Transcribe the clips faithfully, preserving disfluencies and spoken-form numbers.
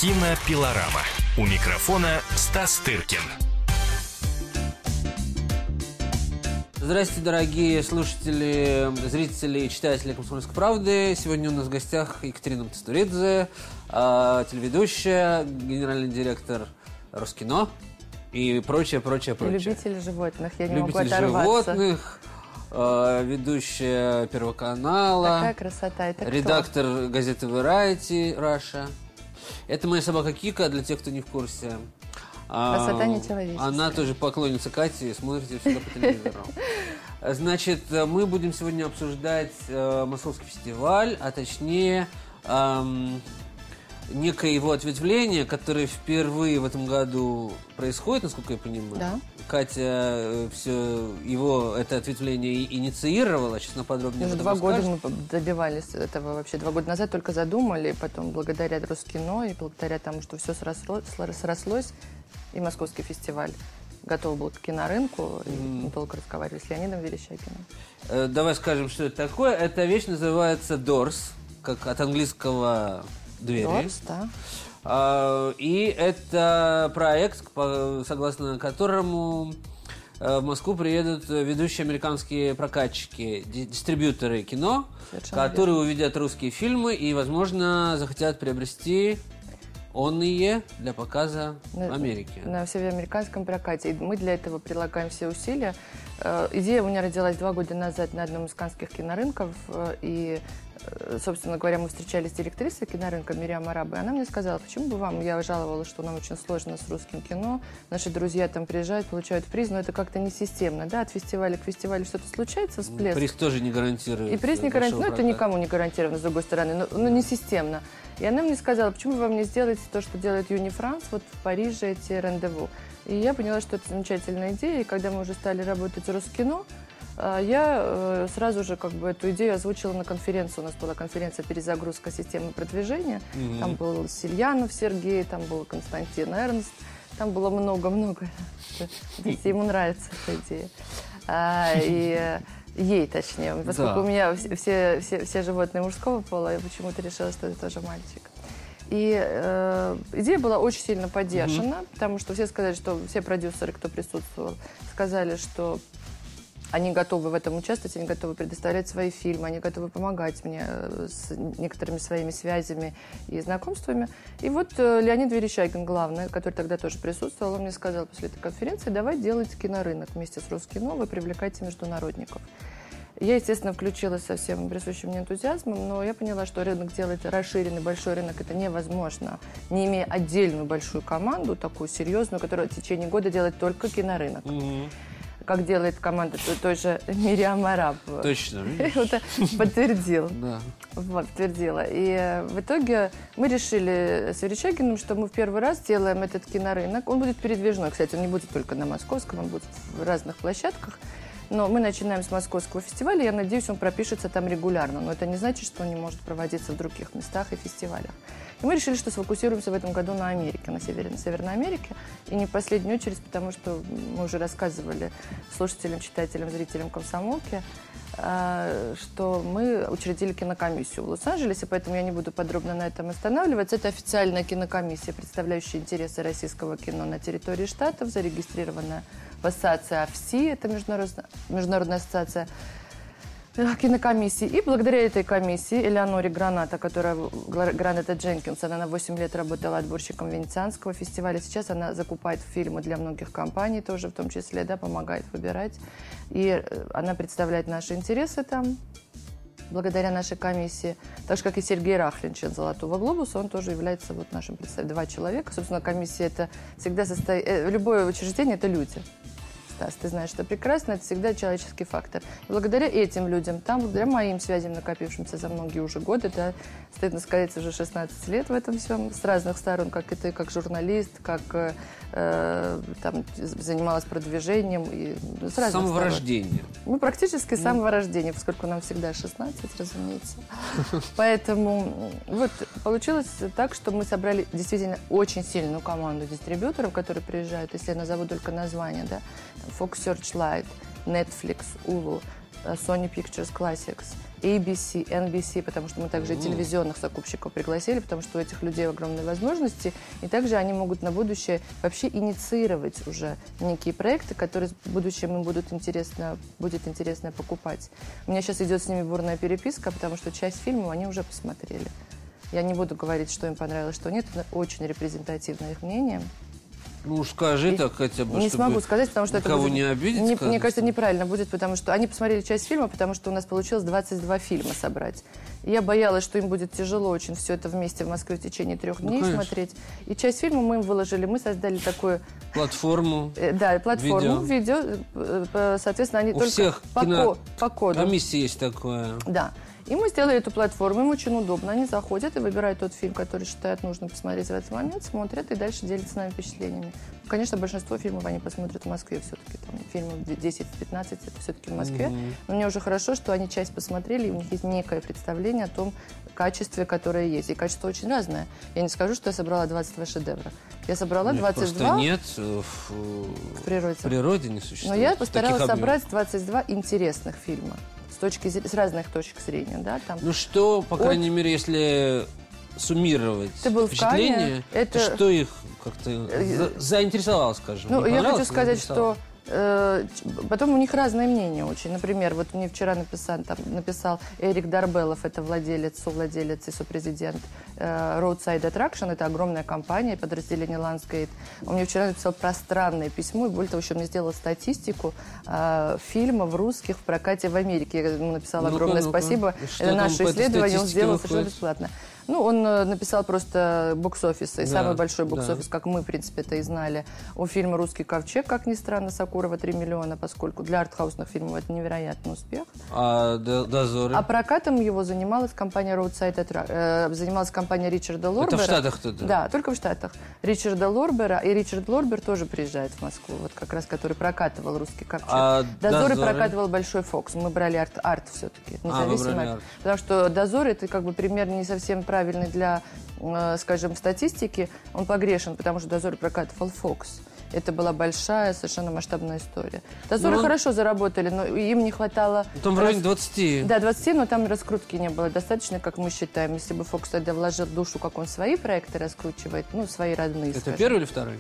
Кинопилорама. У микрофона Стас Тыркин. Здравствуйте, дорогие слушатели, зрители и читатели «Комсомольской правды». Сегодня у нас в гостях Екатерина Мтастуридзе, телеведущая, генеральный директор Роскино и прочее, прочее, прочее. Любители животных, я не Любители могу оторваться. животных, ведущая Первого канала. Такая красота. Это редактор кто? газеты Variety Russia. Это моя собака Кика, для тех, кто не в курсе. Красота нечеловеческая. Она тоже поклонница Кати и смотрит ее всегда по телевизору. Значит, мы будем сегодня обсуждать э, Московский фестиваль, а точнее эм, некое его ответвление, которое впервые в этом году происходит, насколько я понимаю. Да. Катя э, все его это ответвление инициировала, сейчас на подробнее. Уже два года мы добивались этого вообще. Два года назад только задумали, потом благодаря Роскино и благодаря тому, что все срослось, срослось и Московский фестиваль готов был к кинорынку. Mm. Мы долго разговаривали с Леонидом Верещагиным. Э, давай скажем, что это такое. Эта вещь называется Doors, как от английского двери. Doors, да. Uh, и это проект, согласно которому uh, в Москву приедут ведущие американские прокатчики, дистрибьюторы кино, совершенно которые верно. Увидят русские фильмы и, возможно, захотят приобрести онные для показа на, в Америке. На всеамериканском прокате. И мы для этого прилагаем все усилия. Uh, идея у меня родилась два года назад на одном из каннских кинорынков. Uh, и собственно говоря, мы встречались с директрисой кинорынка Мириам Араб, и она мне сказала, почему бы вам, я жаловалась, что нам очень сложно с русским кино, наши друзья там приезжают, получают приз, но это как-то не системно, да, от фестиваля к фестивалю что-то случается, всплеск. Приз тоже не гарантирует. И приз не гарантирует, ну это никому не гарантировано, с другой стороны, но, но не системно. И она мне сказала, почему бы вам не сделаете то, что делает Юни Франс, вот в Париже эти рандеву. И я поняла, что это замечательная идея, и когда мы уже стали работать с Роскино, я сразу же как бы эту идею озвучила на конференции. У нас была конференция «Перезагрузка системы продвижения». Mm-hmm. Там был Сильянов Сергей, там был Константин Эрнст. Там было много-много. Ему нравится эта идея. А, и ей, точнее. Поскольку да. у меня все, все, все животные мужского пола, я почему-то решила, что это тоже мальчик. И э, идея была очень сильно поддержана, mm-hmm. потому что все сказали, что все продюсеры, кто присутствовал, сказали, что они готовы в этом участвовать, они готовы предоставлять свои фильмы, они готовы помогать мне с некоторыми своими связями и знакомствами. И вот Леонид Верещагин, главный, который тогда тоже присутствовал, он мне сказал после этой конференции, давай делать кинорынок вместе с Роскино, вы привлекайте международников. Я, естественно, включилась со всем присущим мне энтузиазмом, но я поняла, что рынок делать расширенный, большой рынок, это невозможно, не имея отдельную большую команду, такую серьезную, которая в течение года делает только кинорынок. Mm-hmm. Как делает команда той же Мириам Араб. Точно. Подтвердил. Да. Вот, подтвердила. И в итоге мы решили с Верещагиным, что мы в первый раз делаем этот кинорынок. Он будет передвижной, кстати, он не будет только на Московском, он будет в разных площадках. Но мы начинаем с Московского фестиваля, я надеюсь, он пропишется там регулярно. Но это не значит, что он не может проводиться в других местах и фестивалях. И мы решили, что сфокусируемся в этом году на Америке, на Северной, Северной Америке. И не в последнюю очередь, потому что мы уже рассказывали слушателям, читателям, зрителям «Комсомолки», что мы учредили кинокомиссию в Лос-Анджелесе, поэтому я не буду подробно на этом останавливаться. Это официальная кинокомиссия, представляющая интересы российского кино на территории штатов, зарегистрированная в ассоциации эй эф си, это международная, международная ассоциация кинокомиссии. И благодаря этой комиссии Элеоноре Граната, которая Граната Дженкинс, она на восемь лет работала отборщиком Венецианского фестиваля. Сейчас она закупает фильмы для многих компаний тоже, в том числе, да, помогает выбирать. И она представляет наши интересы там, благодаря нашей комиссии. Так же, как и Сергей Рахлин, член «Золотого глобуса», он тоже является вот нашим представителем. Два человека. Собственно, комиссия это всегда состоит... Любое учреждение – это люди. Стас, ты знаешь, что прекрасно, это всегда человеческий фактор. И благодаря этим людям, там, благодаря моим связям, накопившимся за многие уже годы, да, стыдно сказать, уже шестнадцать лет в этом всем, с разных сторон, как и ты, как журналист, как э, там, занималась продвижением. И, ну, с разных самого сторон. Рождения. Ну, практически с ну. самого рождения, поскольку нам всегда шестнадцать, разумеется. Поэтому вот получилось так, что мы собрали действительно очень сильную команду дистрибьюторов, которые приезжают, если я назову только название, да, Fox Searchlight, Netflix, Hulu, Sony Pictures Classics эй би си, эн би си, потому что мы также и телевизионных закупщиков пригласили, потому что у этих людей огромные возможности, и также они могут на будущее вообще инициировать уже некие проекты, которые в будущем им будут интересно, будет интересно покупать. У меня сейчас идет с ними бурная переписка, потому что часть фильмов они уже посмотрели. Я не буду говорить, что им понравилось, что нет, это очень репрезентативное их мнение. Ну, скажи И так хотя бы, не чтобы смогу сказать, потому что это никого будет, не обидеть. не, кажется. мне кажется, неправильно будет, потому что они посмотрели часть фильма, потому что у нас получилось двадцать два фильма собрать. И я боялась, что им будет тяжело очень все это вместе в Москве в течение трех дней ну, смотреть. И часть фильма мы им выложили, мы создали такую... Платформу. Э, да, платформу, видео. видео э, соответственно, они У только всех по, кино... ко по коду. комиссии есть такое. Да. И мы сделали эту платформу, им очень удобно. Они заходят и выбирают тот фильм, который считают нужно посмотреть в этот момент, смотрят и дальше делятся с нами впечатлениями. Конечно, большинство фильмов они посмотрят в Москве все-таки. Там, фильмов десять-пятнадцать это все-таки в Москве. Mm-hmm. Но мне уже хорошо, что они часть посмотрели, и у них есть некое представление о том качестве, которое есть. И качество очень разное. Я не скажу, что я собрала двадцать два шедевра. Я собрала двадцать два... Нет, в, в природе. В природе не существует. Но я постаралась собрать двадцать два интересных фильма. С, точки, с разных точек зрения, да, там. Ну что, по крайней От... мере, если суммировать Ты был впечатления, в Канне, это... что их как-то за заинтересовало, скажем? Ну, я хочу сказать, что э, потом у них разное мнение очень. Например, вот мне вчера написал, там, написал Эрик Дарбелов, это владелец, совладелец и сопрезидент э, Roadside Attraction, это огромная компания, подразделение Landscape. Он мне вчера написал пространное письмо, и более того, еще мне сделал статистику э, фильмов русских в прокате в Америке. Я ему написала ну огромное ну спасибо. Это наше исследование, он сделал совершенно бесплатно. Ну, он э, написал просто бокс-офис, и да, самый большой бокс-офис, да. Как мы, в принципе, это и знали. У фильма «Русский ковчег», как ни странно, Сакурова три миллиона, поскольку для артхаусных фильмов это невероятный успех. А «Дозоры»? А прокатом его занималась компания Roadside Attraction, э, занималась компания Ричарда Лорбера. Это в Штатах тут? Да, только в Штатах. Ричарда Лорбера, и Ричард Лорбер тоже приезжает в Москву, вот как раз, который прокатывал «Русский ковчег». А «Дозоры» «Дозоры» прокатывал Большой Фокс. Мы брали арт, арт все-таки, независимо. А, потому что «Дозоры» это как бы пример не совсем правильный для, э, скажем, статистики, он погрешен, потому что «Дозоры» прокатывал Fox. Это была большая, совершенно масштабная история. «Дозоры» он... хорошо заработали, но им не хватало... Там в районе двадцати. Да, двадцати, но там раскрутки не было достаточно, как мы считаем. Если бы Fox тогда вложил душу, как он свои проекты раскручивает, ну, свои родные, Это скажем. Первый или второй?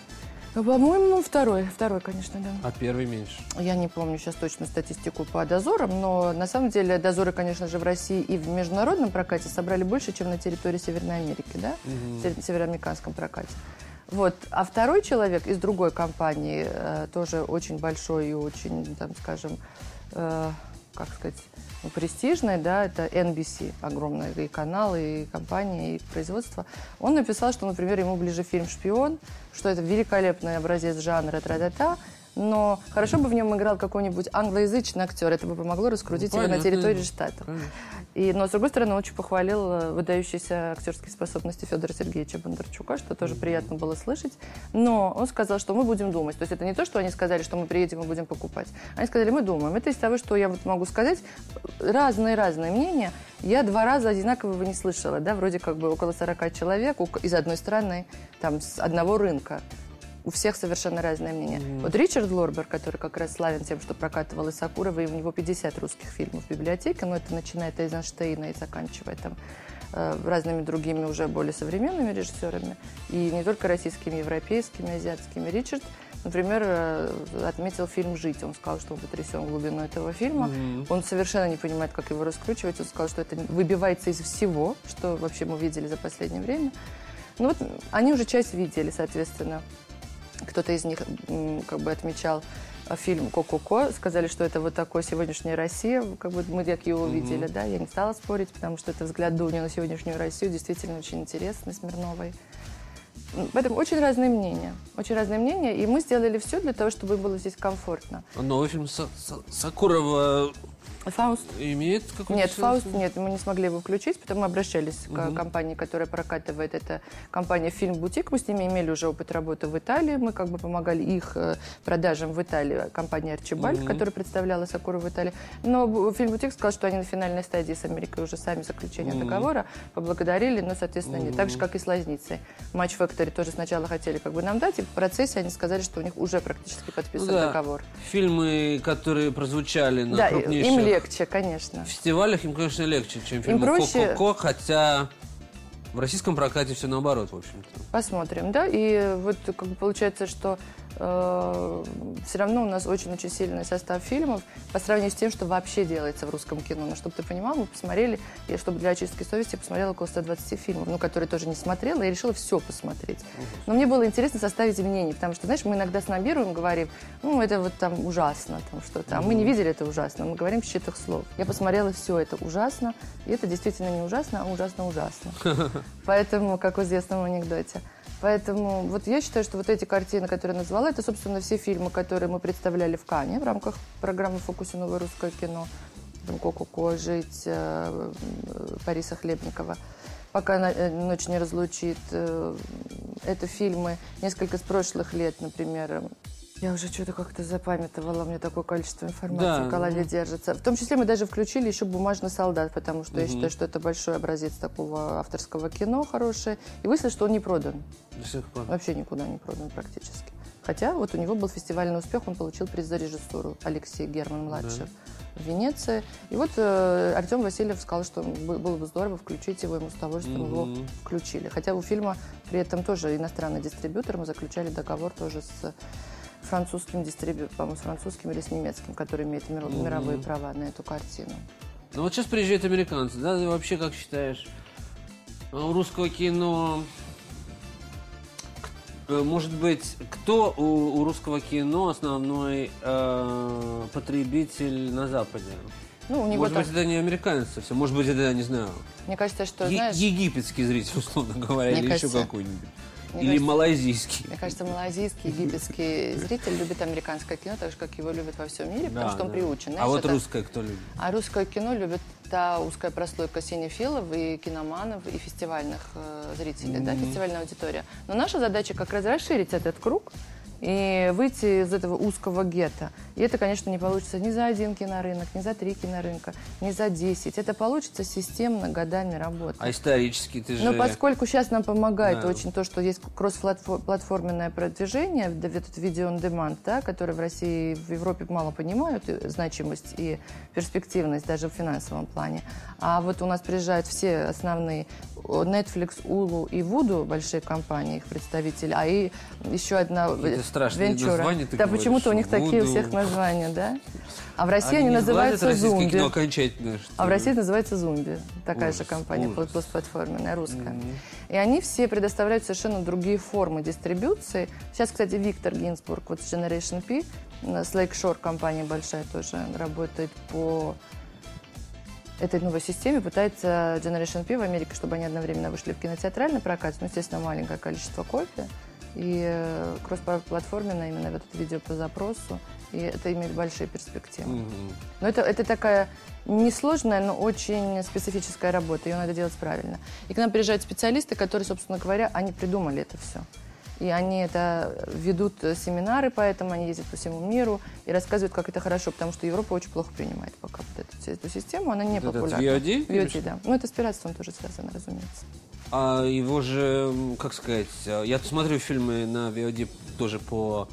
По-моему, второй. Второй, конечно, да. А первый меньше? Я не помню сейчас точно статистику по «Дозорам», но на самом деле «Дозоры», конечно же, в России и в международном прокате собрали больше, чем на территории Северной Америки, да? Угу. В североамериканском прокате. Вот. А второй человек из другой компании, э, тоже очень большой и очень, там, скажем, э, как сказать, ну, престижной, да, это эн би си, огромный и канал, и компания, и производство. Он написал, что, например, ему ближе фильм «Шпион», что это великолепный образец жанра, тра-та-та, но хорошо бы в нем играл какой-нибудь англоязычный актер, это бы помогло раскрутить ну, его на территории Штатов. И, но, с другой стороны, он очень похвалил выдающиеся актерские способности Федора Сергеевича Бондарчука, что тоже mm-hmm. приятно было слышать. Но он сказал, что мы будем думать. То есть это не то, что они сказали, что мы приедем и будем покупать. Они сказали, мы думаем. Это из того, что я вот могу сказать. Разные-разные мнения. Я два раза одинакового не слышала. Да? Вроде как бы около сорока человек из одной страны, там, с одного рынка. У всех совершенно разное мнение. Mm-hmm. Вот Ричард Лорбер, который как раз славен тем, что прокатывал и Сакурова, и у него пятьдесят русских фильмов в библиотеке, но это начиная от Эйзенштейна и заканчивая там э, разными другими уже более современными режиссерами, и не только российскими, европейскими, азиатскими. Ричард, например, э, отметил фильм «Жить». Он сказал, что он потрясен глубиной этого фильма. Mm-hmm. Он совершенно не понимает, как его раскручивать. Он сказал, что это выбивается из всего, что вообще мы видели за последнее время. Ну вот они уже часть видели, соответственно. Кто-то из них как бы отмечал фильм «Ко-ко-ко», сказали, что это вот такой сегодняшняя Россия, как бы мы как ее увидели, mm-hmm. да, я не стала спорить, потому что это взгляд Дуни на сегодняшнюю Россию действительно очень интересный, Смирновой. Поэтому очень разные мнения, очень разные мнения, и мы сделали все для того, чтобы было здесь комфортно. Новый фильм Са- Са- Сакурова... «Фауст» имеет какой-то... Нет, «Фауст» нет, мы не смогли его включить, потом мы обращались угу. к компании, которая прокатывает, это компания «Фильм Бутик», мы с ними имели уже опыт работы в Италии, мы как бы помогали их продажам в Италии, компания «Арчибальд», угу. которая представляла Сакурову в Италии, но «Фильм Бутик» сказал, что они на финальной стадии с Америкой уже сами заключения угу. договора, поблагодарили, но, соответственно, угу. нет, так же, как и с «Лазницей». Матч Factory тоже сначала хотели как бы нам дать, и в процессе они сказали, что у них уже практически подписан ну, да. договор. Фильмы, которые прозвучали на да, крупнейших Им легче, конечно. В фестивалях им, конечно, легче, чем фильму проще... «Ко-ко-ко», хотя в российском прокате все наоборот, в общем-то. Посмотрим, да, и вот как бы получается, что э, все равно у нас очень-очень сильный состав фильмов по сравнению с тем, что вообще делается в русском кино. Но чтобы ты понимал, мы посмотрели, и чтобы для очистки совести посмотрела около ста двадцати фильмов, ну, которые тоже не смотрела, и решила все посмотреть. Но мне было интересно составить мнение, потому что, знаешь, мы иногда снобируем, говорим, ну, это вот там ужасно, там что-то, а мы не видели это ужасно, мы говорим считых слов. Я посмотрела все это ужасно, и это действительно не ужасно, а ужасно-ужасно. Поэтому, как в известном анекдоте. Поэтому вот я считаю, что вот эти картины, которые я назвала, это, собственно, все фильмы, которые мы представляли в Канне в рамках программы «В фокусе. Новое русское кино». Там «Ко-ко-ко», «Жить», э, Бориса Хлебникова. «Пока ночь не разлучит». Э, это фильмы несколько с прошлых лет, например. Я уже что-то как-то запамятовала, у меня такое количество информации да, в голове да. держится. В том числе мы даже включили еще «Бумажный солдат», потому что угу. я считаю, что это большой образец такого авторского кино хорошее. И выяснилось, что он не продан. До сих пор. Вообще никуда не продан практически. Хотя вот у него был фестивальный успех, он получил приз за режиссуру, Алексей Герман-младший, да. в Венеции. И вот э, Артем Васильев сказал, что было бы здорово включить его, ему с удовольствием mm-hmm. его включили. Хотя у фильма при этом тоже иностранный дистрибьютор, мы заключали договор тоже с французским дистрибьютором, по-моему, с французским или с немецким, который имеет мировые mm-hmm. права на эту картину. Ну вот сейчас приезжают американцы, да? Ты вообще как считаешь, у русского кино... Может быть, кто у, у русского кино основной э, потребитель на Западе? Ну, у него может так... быть, это не американцы совсем, может быть, это, я не знаю, мне кажется, что, е- знаешь... египетский зритель, условно говоря, мне или кажется... еще какой-нибудь. Мне Или кажется, малайзийский. Мне кажется, малайзийский, египетский зритель любит американское кино, так же, как его любят во всем мире, потому да, что он да. приучен. Знаешь, а вот это... русское кто любит? А русское кино любит та узкая прослойка синефилов и киноманов, и фестивальных э, зрителей, mm-hmm. да, фестивальная аудитория. Но наша задача как раз расширить этот круг и выйти из этого узкого гетто. И это, конечно, не получится ни за один кинорынок, ни за три кинорынка, ни за десять. Это получится системно, годами работы. А исторически ты же... Но поскольку сейчас нам помогает да. очень то, что есть кросс-платформенное продвижение, этот видео-он-деманд, да, который в России и в Европе мало понимают значимость и перспективность даже в финансовом плане. А вот у нас приезжают все основные Netflix, Hulu и Vudu, большие компании, их представители, а и еще одна... Страшные названия, ты да, говоришь. почему-то у них Voodoo. Такие у всех названия, да? А в России они, они называются «Зумби». Кино окончательно, а в России называется «Зумби». Такая ужас, же компания, ужас. платформенная, русская. Mm-hmm. И они все предоставляют совершенно другие формы дистрибьюции. Сейчас, кстати, Виктор Гинзбург, вот с Generation P, с Lakeshore компания большая тоже работает по этой новой системе, пытается Generation P в Америке, чтобы они одновременно вышли в кинотеатральный прокат, ну, естественно, маленькое количество копий. И э, кросс-платформенно именно в это видео по запросу. И это имеет большие перспективы. Mm-hmm. Но это, это такая несложная, но очень специфическая работа. Ее надо делать правильно. И к нам приезжают специалисты, которые, собственно говоря, они придумали это все. И они это ведут семинары, поэтому они ездят по всему миру и рассказывают, как это хорошо, потому что Европа очень плохо принимает пока вот эту, эту систему, она не вот популярна. Это ви о ди? ви о ди, да. Ну, это с пиратством тоже связано, разумеется. А его же, как сказать, я смотрю фильмы на ви о ди тоже по,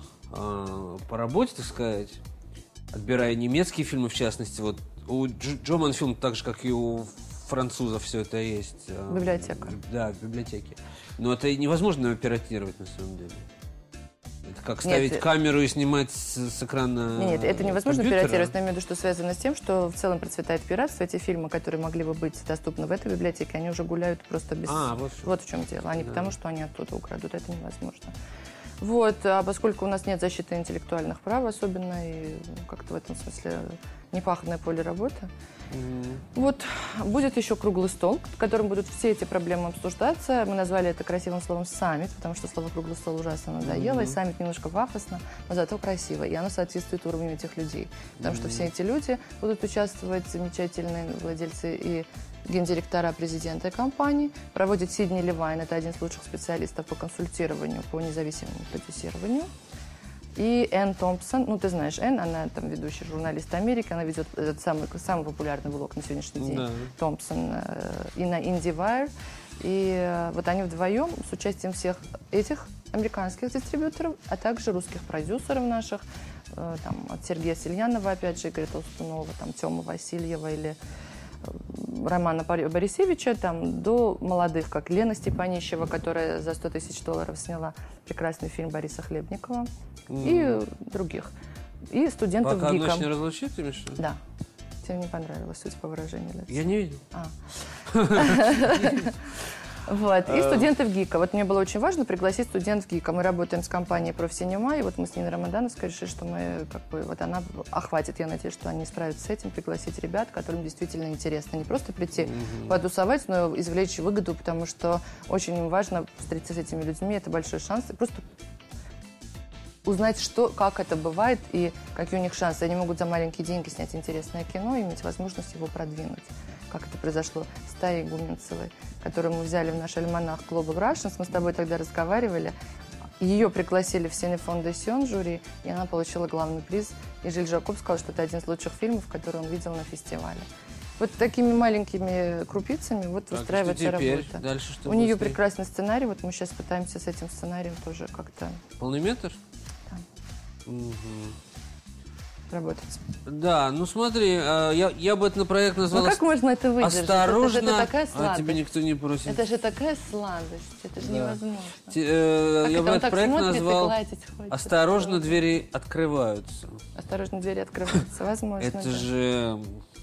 по работе, так сказать, отбирая немецкие фильмы, в частности. Вот у Джоман фильм, так же, как и у французов, все это есть. Библиотека. Да, в библиотеке. Но это невозможно пиратировать, на самом деле. Это как ставить нет, камеру и снимать с, с экрана Нет, нет, это невозможно компьютера. пиратировать, но я имею в виду, что связано с тем, что в целом процветает пиратство. Эти фильмы, которые могли бы быть доступны в этой библиотеке, они уже гуляют просто без... А, вот, вот в чем дело. А не да. потому, что они оттуда украдут. Это невозможно. Вот, а поскольку у нас нет защиты интеллектуальных прав особенно, и как-то в этом смысле непаханное поле работы, mm-hmm. вот, будет еще круглый стол, в котором будут все эти проблемы обсуждаться. Мы назвали это красивым словом «саммит», потому что слово «круглый стол» ужасно надоело, mm-hmm. и «саммит» немножко пафосно, но зато красиво, и оно соответствует уровню этих людей. Потому mm-hmm. что все эти люди будут участвовать, замечательные владельцы и гендиректора президента компании, проводит Сидни Левайн, это один из лучших специалистов по консультированию, по независимому продюсированию. И Энн Томпсон, ну ты знаешь Энн, она там ведущая журналист Америки, она ведет этот самый, самый популярный блог на сегодняшний день, да. Томпсон, э, и на IndieWire. И э, вот они вдвоем с участием всех этих американских дистрибьюторов, а также русских продюсеров наших, э, там, от Сергея Сельянова, опять же, Игоря Толстунова, там, Тёмы Васильева или Романа Борисевича, там, до молодых, как Лена Степанищева, которая за сто тысяч долларов сняла прекрасный фильм Бориса Хлебникова, mm. и других. И студентов «Пока ГИКа. ночь не разлучит», или что? Да. Тебе не понравилось, судя по выражению лица. Я не видел. А. Вот. И студентов ГИКа. Вот мне было очень важно пригласить студентов ГИКа. Мы работаем с компанией «Профсинема», и вот мы с Ниной Рамадановской решили, что мы, как бы, вот она охватит, я надеюсь, что они справятся с этим, пригласить ребят, которым действительно интересно. Не просто прийти mm-hmm. потусовать, но извлечь выгоду, потому что очень им важно встретиться с этими людьми, это большой шанс. И просто узнать, что, как это бывает и какие у них шансы. Они могут за маленькие деньги снять интересное кино и иметь возможность его продвинуть. Как это произошло с Таей Гуменцевой, которую мы взяли в наш альманах Global Russians. Мы с тобой тогда разговаривали. Ее пригласили в Cinéphone de Sion жюри, и она получила главный приз. И Жиль Жакоб сказал, что это один из лучших фильмов, которые он видел на фестивале. Вот такими маленькими крупицами вот так, выстраивается работа. Дальше что У нее прекрасный сценарий. Вот мы сейчас пытаемся с этим сценарием тоже как-то... Полный метр? Да. Угу. Работать. Да, ну смотри, я, я бы этот проект назвал... Ну как можно это выдержать? Осторожно, это же это такая сладость. А тебе никто не просит. Это же такая сладость, это же да. невозможно. Те, э, я это, бы этот проект назвал хочет, «Осторожно, это двери открываются». Осторожно, двери открываются, возможно. Это да. же,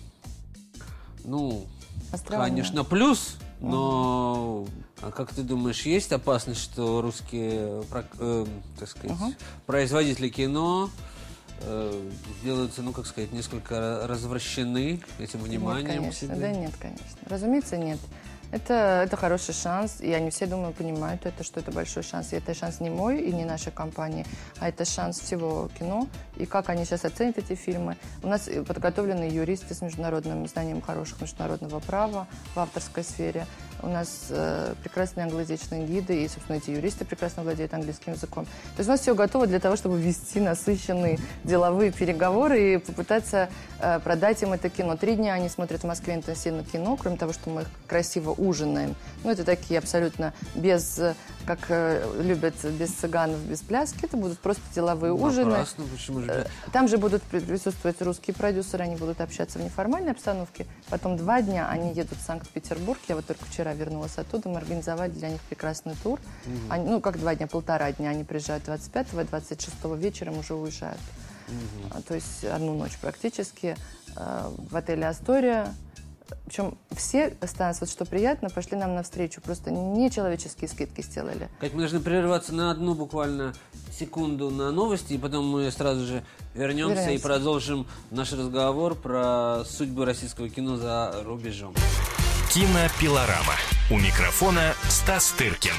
ну, остроумно. Конечно, плюс, но... А как ты думаешь, есть опасность, что русские, э, так сказать, угу. производители кино э, сделаются, ну, как сказать, несколько развращены этим вниманием? Нет, конечно. Себе? Да нет, конечно. Разумеется, нет. Это, это хороший шанс, и они все, думаю, понимают это, что это большой шанс. И это шанс не мой и не нашей компании, а это шанс всего кино. И как они сейчас оценят эти фильмы. У нас подготовлены юристы с международным знанием хороших международного права в авторской сфере. У нас э, прекрасные англоязычные гиды, и, собственно, эти юристы прекрасно владеют английским языком. То есть у нас все готово для того, чтобы вести насыщенные деловые переговоры и попытаться э, продать им это кино. Три дня они смотрят в Москве интенсивно кино, кроме того, что мы красиво ужинаем. Ну, это такие абсолютно без, как э, любят, без цыганов, без пляски. Это будут просто деловые ну, ужины. Напрасно, почему же? Там же будут присутствовать русские продюсеры, они будут общаться в неформальной обстановке. Потом два дня они едут в Санкт-Петербург. Я вот только вчера вернулась оттуда, мы организовали для них прекрасный тур. Угу. Они, ну, как два дня, полтора дня. Они приезжают двадцать пятого, двадцать шестого вечером уже уезжают. Угу. То есть одну ночь практически э, в отеле «Астория». Причем все станции, вот что приятно, пошли нам навстречу. Просто нечеловеческие скидки сделали. Как мы должны прерваться на одну буквально секунду на новости, и потом мы сразу же вернемся, вернемся. и продолжим наш разговор про судьбу российского кино за рубежом. Кинопилорама. У микрофона Стас Тыркин.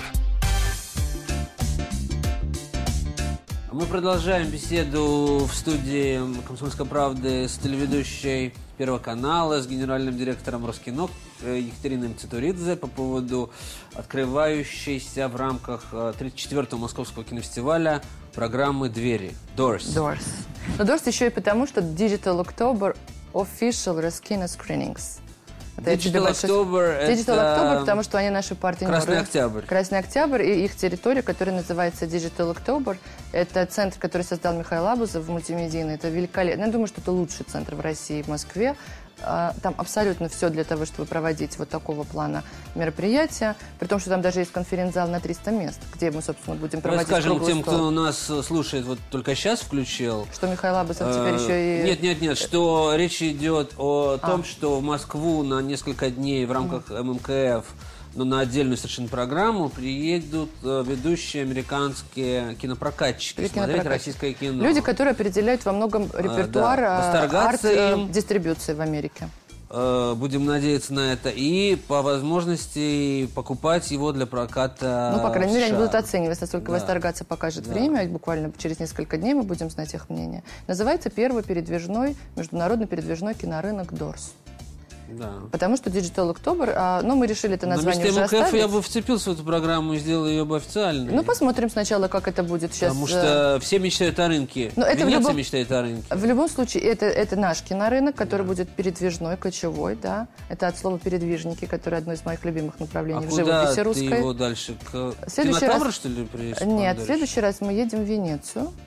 Мы продолжаем беседу в студии «Комсомольской правды» с телеведущей Первого канала, с генеральным директором Роскино Екатериной Мцитуридзе по поводу открывающейся в рамках тридцать четвёртого Московского кинофестиваля программы «Двери» Doors. Doors. Но Doors еще и потому, что Digital October Official Roskino Screenings. Digital October, Digital October, потому что они наши партнеры. Красный Октябрь. Красный Октябрь и их территория, которая называется Digital October. Это центр, который создал Михаил Абузов, мультимедийный. Это великолепно. Я думаю, что это лучший центр в России, в Москве. Там абсолютно все для того, чтобы проводить вот такого плана мероприятия. При том, что там даже есть конференц-зал на триста мест, где мы, собственно, будем проводить круглый стол. Расскажем тем, кто нас слушает, вот только сейчас включил. Что Михаил Абузов теперь еще и... Нет, нет, нет, что речь идет о том, что в Москву на несколько дней в рамках эм эм ка эф, но на отдельную совершенно программу приедут ведущие американские кинопрокатчики смотреть российское кино. Люди, которые определяют во многом репертуар да. арт-дистрибьюции в Америке. Будем надеяться на это. И по возможности покупать его для проката. Ну, по крайней мере, они будут оценивать, насколько да. восторгаться покажет да. время. Буквально через несколько дней мы будем знать их мнение. Называется первый передвижной, международный передвижной кинорынок Doors. Да. Потому что Digital October, а, ну, мы решили это название уже оставить. Я бы вцепился в эту программу и сделал ее бы официальной. Ну, посмотрим сначала, как это будет сейчас. Потому что все мечтают о рынке. Но это Венеция любом... мечтает о рынке. В любом случае, это, это наш кинорынок, который да. будет передвижной, кочевой, да. Это от слова «передвижники», которое одно из моих любимых направлений а в живописи русской. А куда ты его дальше? К Кинотавр, раз... что ли, приедешь? Нет, в следующий раз мы едем в Венецию.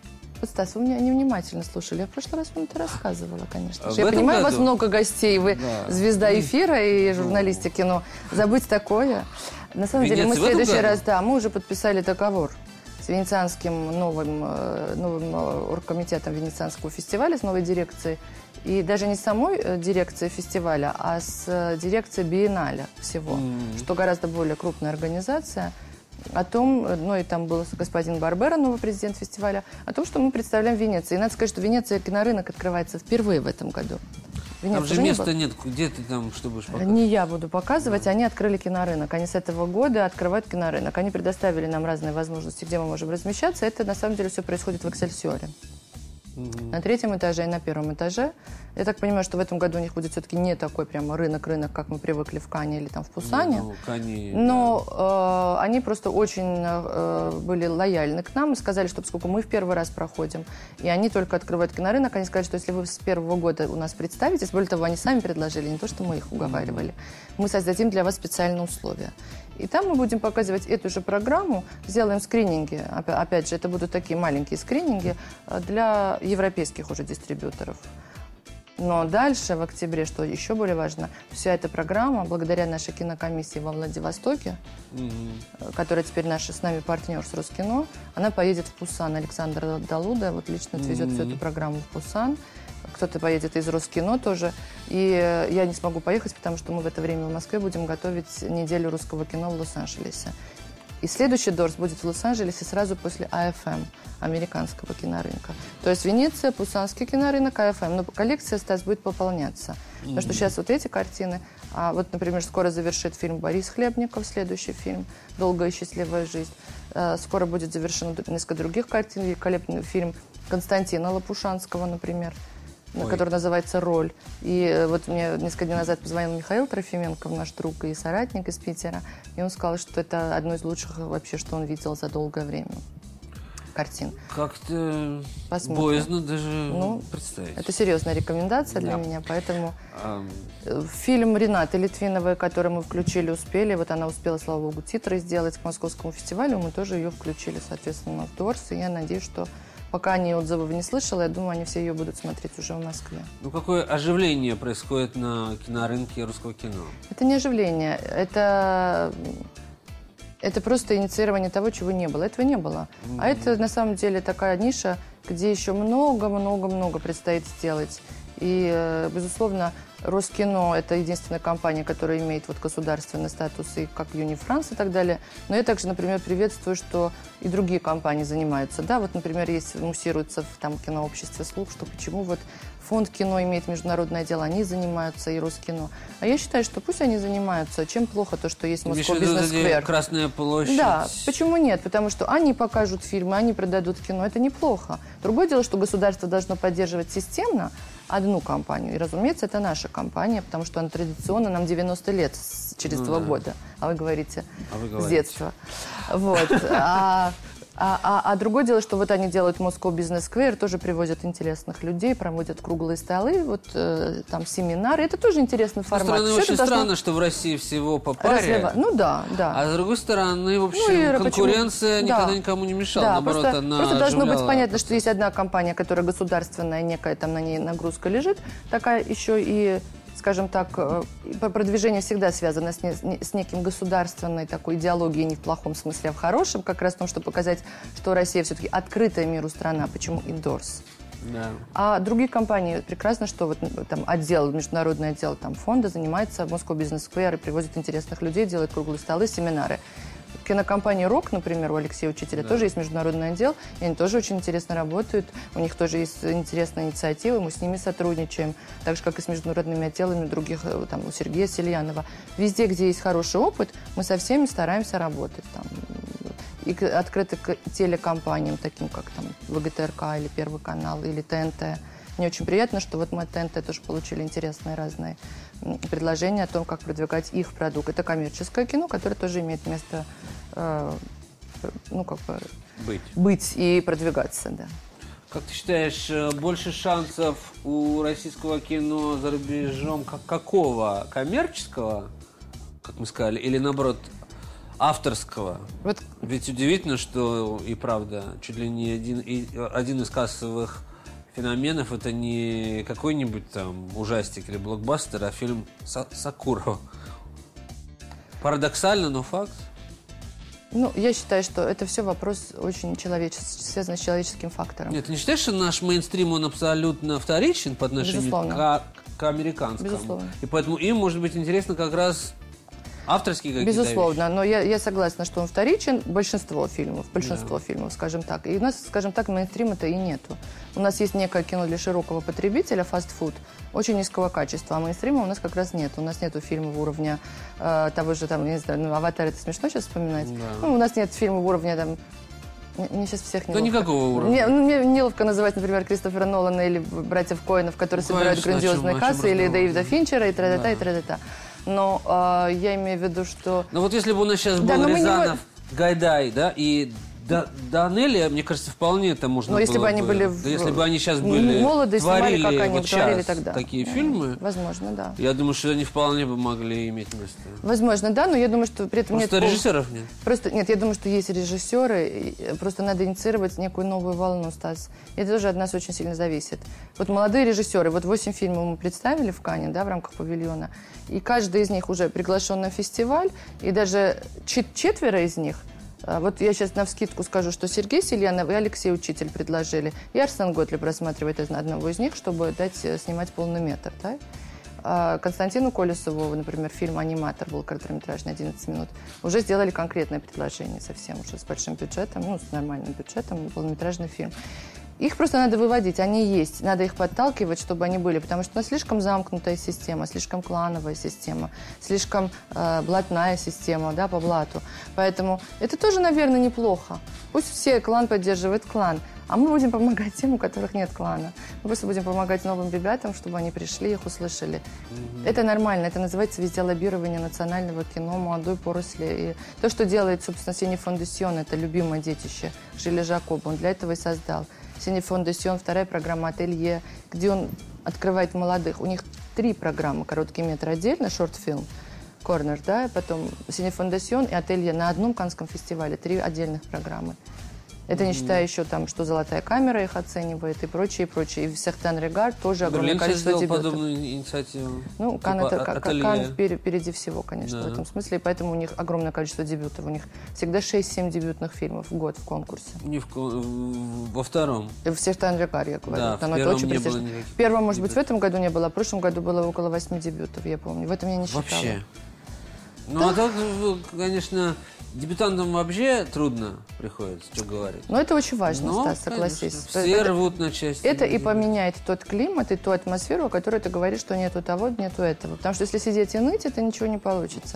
Вот, Стас, вы меня невнимательно слушали. Я в прошлый раз вам это рассказывала, конечно. А Я понимаю, году? у вас много гостей, вы да. звезда эфира и журналистики, но забыть такое. На самом деле, мы в следующий раз, да, мы уже подписали договор с венецианским новым, новым оргкомитетом Венецианского фестиваля, с новой дирекцией. И даже не с самой дирекцией фестиваля, а с дирекцией биеннале всего, mm-hmm. что гораздо более крупная организация. О том, ну и там был господин Барбера, новый президент фестиваля, о том, что мы представляем Венецию. И надо сказать, что Венеция кинорынок открывается впервые в этом году. Венеция там же места не нет, где ты там, что будешь показывать? Не я буду показывать, они открыли кинорынок. Они с этого года открывают кинорынок. Они предоставили нам разные возможности, где мы можем размещаться. Это на самом деле все происходит в Эксельсиоре. Угу. На третьем этаже и на первом этаже. Я так понимаю, что в этом году у них будет все-таки не такой прямо рынок-рынок, как мы привыкли в Канне или там в Пусане. Ну, Кане, Но да. э, они просто очень э, были лояльны к нам и сказали, что поскольку мы в первый раз проходим, и они только открывают кинорынок, они сказали, что если вы с первого года у нас представитесь, более того, они сами предложили, не то, что мы их уговаривали, mm-hmm. мы создадим для вас специальные условия. И там мы будем показывать эту же программу, сделаем скрининги, опять же, это будут такие маленькие скрининги для европейских уже дистрибьюторов. Но дальше, в октябре, что еще более важно, вся эта программа, благодаря нашей кинокомиссии во Владивостоке, mm-hmm. которая теперь наш с нами партнер с Роскино, она поедет в Пусан. Александр Далуда вот лично отвезет mm-hmm. всю эту программу в Пусан. Кто-то поедет из Роскино тоже. И я не смогу поехать, потому что мы в это время в Москве будем готовить неделю русского кино в Лос-Анджелесе. И следующий Дорс будет в Лос-Анджелесе сразу после эй эф эм, американского кинорынка. То есть Венеция, Пусанский кинорынок, эй эф эм. Но коллекция, Стас, будет пополняться. Mm-hmm. Потому что сейчас вот эти картины, а вот, например, скоро завершит фильм Борис Хлебников, следующий фильм «Долгая и счастливая жизнь». А, скоро будет завершено несколько других картин. Великолепный фильм Константина Лопушанского, например, Ой. который называется «Роль». И вот мне несколько дней назад позвонил Михаил Трофименко, наш друг и соратник из Питера, и он сказал, что это одно из лучших вообще, что он видел за долгое время картин. Как-то боязно даже ну, представить. Это серьезная рекомендация для да. меня, поэтому а... фильм Ренаты Литвиновой, который мы включили, успели, вот она успела, слава богу, титры сделать к Московскому фестивалю, мы тоже ее включили, соответственно, в Дорс, и я надеюсь, что пока они отзывов не слышала, я думаю, они все ее будут смотреть уже в Москве. Ну, какое оживление происходит на кинорынке русского кино? Это не оживление, это, это просто инициирование того, чего не было. Этого не было. Mm-hmm. А это, на самом деле, такая ниша, где еще много-много-много предстоит сделать. И, безусловно, Роскино – это единственная компания, которая имеет вот государственный статус, и как Юнифранс и так далее. Но я также, например, приветствую, что и другие компании занимаются. Да, вот, например, есть, муссируется в там, кинообществе слух, что почему вот фонд кино имеет международное дело, они занимаются, и Роскино. А я считаю, что пусть они занимаются. Чем плохо то, что есть Москва Бизнес-сквер? Красная площадь. Да, почему нет? Потому что они покажут фильмы, они продадут кино. Это неплохо. Другое дело, что государство должно поддерживать системно одну компанию. И, разумеется, это наша компания, потому что она традиционно, нам девяносто лет через ну, два да. года. А вы говорите, а вы говорите. С детства. Вот. А, а, а, а другое дело, что вот они делают Moscow Business Square, тоже привозят интересных людей, проводят круглые столы, вот э, там семинары. Это тоже интересный формат. С одной стороны, очень должно... странно, что в России всего по паре. Разлива... Ну да, да. А с другой стороны, в общем, ну, конкуренция почему... никогда да. никому не мешала. Да, наоборот, просто, она просто должно быть понятно, просто. что есть одна компания, которая государственная, некая там на ней нагрузка лежит, такая еще и, скажем так, продвижение всегда связано с, не, с неким государственной такой идеологией, не в плохом смысле, а в хорошем, как раз в том, чтобы показать, что Россия все-таки открытая миру страна, почему и Дорс. Да. А другие компании прекрасно, что вот там отдел, международный отдел там, фонда занимается Moscow Business Square и привозит интересных людей, делает круглые столы, семинары. Кинокомпания «Рок», например, у Алексея Учителя, да. тоже есть международный отдел, и они тоже очень интересно работают, у них тоже есть интересные инициативы, мы с ними сотрудничаем, так же, как и с международными отделами других, там, у Сергея Сельянова. Везде, где есть хороший опыт, мы со всеми стараемся работать. Там, и открыты к телекомпаниям, таким как там вэ гэ тэ эр ка или Первый канал, или тэ эн тэ. Мне очень приятно, что вот мы от тэ эн тэ тоже получили интересные разные предложения о том, как продвигать их продукт. Это коммерческое кино, которое тоже имеет место э, ну, как бы быть. быть и продвигаться. Да. Как ты считаешь, больше шансов у российского кино за рубежом как какого? Коммерческого, как мы сказали, или наоборот авторского. Вот. Ведь удивительно, что и правда, чуть ли не один, и, один из кассовых феноменов это не какой-нибудь там ужастик или блокбастер, а фильм Сакурова. Парадоксально, но факт. Ну, я считаю, что это все вопрос очень человеческий, связанный с человеческим фактором. Нет, ты не считаешь, что наш мейнстрим, он абсолютно вторичен по отношению к, к американскому? Безусловно. И поэтому им может быть интересно как раз авторские какие-то Безусловно, вещи. Но я, я согласна, что он вторичен. Большинство фильмов, большинство да. фильмов, скажем так. И у нас, скажем так, мейнстрима-то и нету. У нас есть некое кино для широкого потребителя, фастфуд, очень низкого качества, а мейнстрима у нас как раз нет. У нас нету фильмов уровня э, того же, там, не знаю, ну, «Аватар» это смешно сейчас вспоминать. Да. Ну, у нас нет фильмов уровня, там, мне сейчас всех неловко. Да никакого уровня. Мне, ну, мне неловко называть, например, Кристофера Нолана или братьев Коэнов, которые ну, собирают конечно, грандиозные чем, кассы, или Дэвида Финчера, и тра-та-та, да. и тра-та-та. Но э, я имею в виду, что... Ну вот если бы у нас сейчас да, был Рязанов, не... Гайдай, да, и до, до Анели, мне кажется, вполне это можно но было если бы. Они бы были да, если бы они сейчас были... молоды, творили снимали, как они вот творили тогда. Такие да. фильмы. Возможно, да. Я думаю, что они вполне бы могли иметь место. Возможно, да, но я думаю, что при этом просто нет... Просто режиссеров нет? Просто, нет, я думаю, что есть режиссеры, просто надо инициировать некую новую волну, Стас. Это тоже от нас очень сильно зависит. Вот молодые режиссеры, вот восемь фильмов мы представили в Канне, да, в рамках павильона, и каждый из них уже приглашен на фестиваль, и даже четверо из них. Вот я сейчас навскидку скажу, что Сергей Сельянов и Алексей Учитель предложили. И Арсен Готлиб рассматривает одного из них, чтобы дать снимать полный метр. Да? А Константину Колесову, например, фильм «Аниматор» был короткометражный, одиннадцать минут. Уже сделали конкретное предложение совсем, уже с большим бюджетом, ну, с нормальным бюджетом, полнометражный фильм. Их просто надо выводить, они есть, надо их подталкивать, чтобы они были, потому что у нас слишком замкнутая система, слишком клановая система, слишком э, блатная система, да, по блату. Поэтому это тоже, наверное, неплохо. Пусть все клан поддерживает клан, а мы будем помогать тем, у которых нет клана. Мы просто будем помогать новым ребятам, чтобы они пришли и их услышали. Mm-hmm. Это нормально, это называется везде лоббирование национального кино, молодой поросли. И то, что делает, собственно, Синий Фондасьон, это любимое детище Жиля Жакоба, он для этого и создал. Синий Фондасьон, вторая программа «Ателье», где он открывает молодых. У них три программы, короткий метр отдельно, шорт-фильм, «Корнер», да, потом Синий Фондасьон и «Ателье» на одном Каннском фестивале, три отдельных программы. Это не считая еще, там, что «Золотая камера» их оценивает и прочее, и прочее. И в «Сертан Регард» тоже огромное количество дебютов. подобную инициативу? Ну, Канн, типа, это, Канн впереди всего, конечно, да. в этом смысле. И поэтому у них огромное количество дебютов. У них всегда шесть-семь дебютных фильмов в год в конкурсе. Не в, во втором? В «Сертан Регард», я говорю. Да, Оно в первом очень не престижно. было никаких. В первом, может быть, в этом году не было, а в прошлом году было около восьми дебютов, я помню. В этом я не считала. Вообще? Ну, да. а так, конечно... Дебютантам вообще трудно приходится, что говорить. Но это очень важно, Но, Стас, согласись. Конечно, все это, рвут на части. Это и поменяет тот климат и ту атмосферу, о которой ты говоришь, что нету того, нету этого. Потому что если сидеть и ныть, это ничего не получится.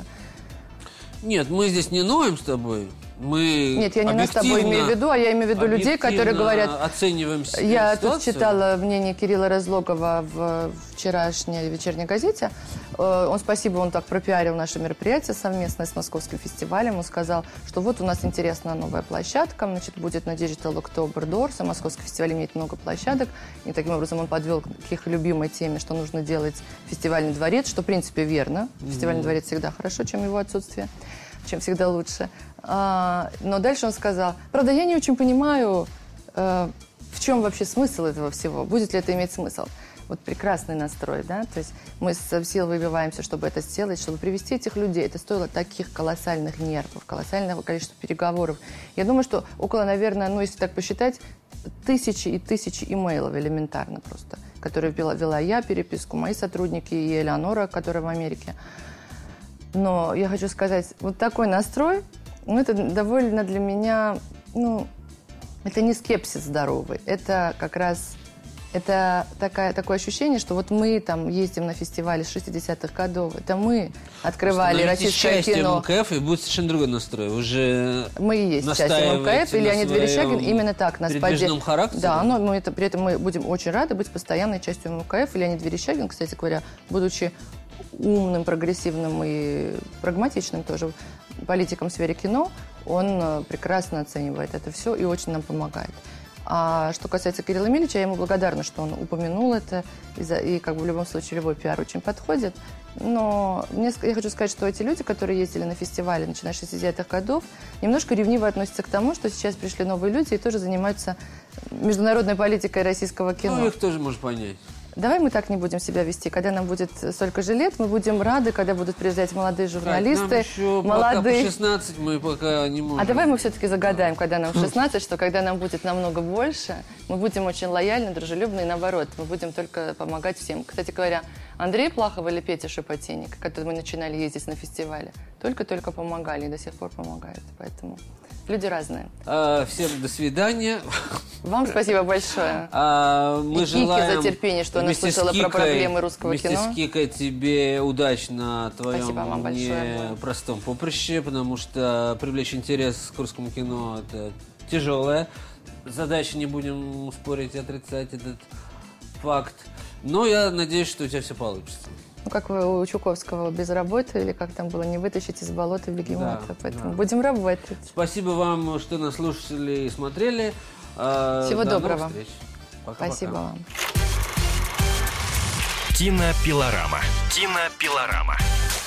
Нет, мы здесь не ноем с тобой. Мы Нет, я не нас с тобой имею в виду, а я имею в виду людей, которые говорят... оцениваем ситуацию. Я тут читала мнение Кирилла Разлогова в вчерашней вечерней газете. Он, спасибо, он так пропиарил наше мероприятие совместное с Московским фестивалем. Он сказал, что вот у нас интересная новая площадка, значит, будет на Digital October Doors, а Московский фестиваль имеет много площадок. И таким образом он подвел к их любимой теме, что нужно делать фестивальный дворец, что, в принципе, верно. Фестивальный mm-hmm. дворец всегда хорошо, чем его отсутствие, чем всегда лучше. А, но дальше он сказал, правда, я не очень понимаю, э, в чем вообще смысл этого всего, будет ли это иметь смысл. Вот прекрасный настрой, да, то есть мы со сил выбиваемся, чтобы это сделать, чтобы привести этих людей. Это стоило таких колоссальных нервов, колоссального количества переговоров. Я думаю, что около, наверное, ну, если так посчитать, тысячи и тысячи имейлов элементарно просто, которые вела, вела я переписку, мои сотрудники и Элеонора, которая в Америке. Но я хочу сказать, вот такой настрой, ну, это довольно для меня, ну, это не скепсис здоровый, это как раз, это такая, такое ощущение, что вот мы там ездим на фестивале с шестидесятых годов, это мы открывали российское кино. МКФ, и будет совершенно другой настрой, уже мы и есть частью МКФ, и Леонид Верещагин именно так нас поддерживает. характере? Да, но мы это, при этом мы будем очень рады быть постоянной частью МКФ, и Леонид Верещагин, кстати говоря, будучи умным, прогрессивным и прагматичным тоже политиком в сфере кино, он прекрасно оценивает это все и очень нам помогает. А что касается Кирилла Милича, я ему благодарна, что он упомянул это, и, за, и как бы в любом случае любой пиар очень подходит. Но мне, я хочу сказать, что эти люди, которые ездили на фестивале, начиная с шестидесятых годов, немножко ревниво относятся к тому, что сейчас пришли новые люди и тоже занимаются международной политикой российского кино. Ну, их тоже можно понять. Давай мы так не будем себя вести. Когда нам будет столько же лет, мы будем рады, когда будут приезжать молодые журналисты. Нам еще молодые. Пока по шестнадцать мы пока не можем. А давай мы все-таки загадаем, когда нам шестнадцать, что когда нам будет намного больше, мы будем очень лояльны, дружелюбны, и наоборот, мы будем только помогать всем. Кстати говоря, Андрей Плахов или Петя Шепотинник, когда мы начинали ездить на фестивале, только-только помогали и до сих пор помогают. Поэтому люди разные. А, всем до свидания. Вам спасибо большое. А, мы и желаем Кике за терпение, что она слышала Кикой, про проблемы русского вместе кино. Вместе с Кикой тебе удачи на твоем непростом поприще, потому что привлечь интерес к русскому кино – это тяжелая задача, не будем спорить и отрицать этот факт. Но я надеюсь, что у тебя все получится. Ну, как у Чуковского, без работы, или как там было, не вытащить из болота в бегемота. Да, Поэтому да. будем работать. Спасибо вам, что нас слушали и смотрели. Всего До доброго. новых встреч. Пока-пока. Спасибо вам. Кинопилорама. Кинопилорама.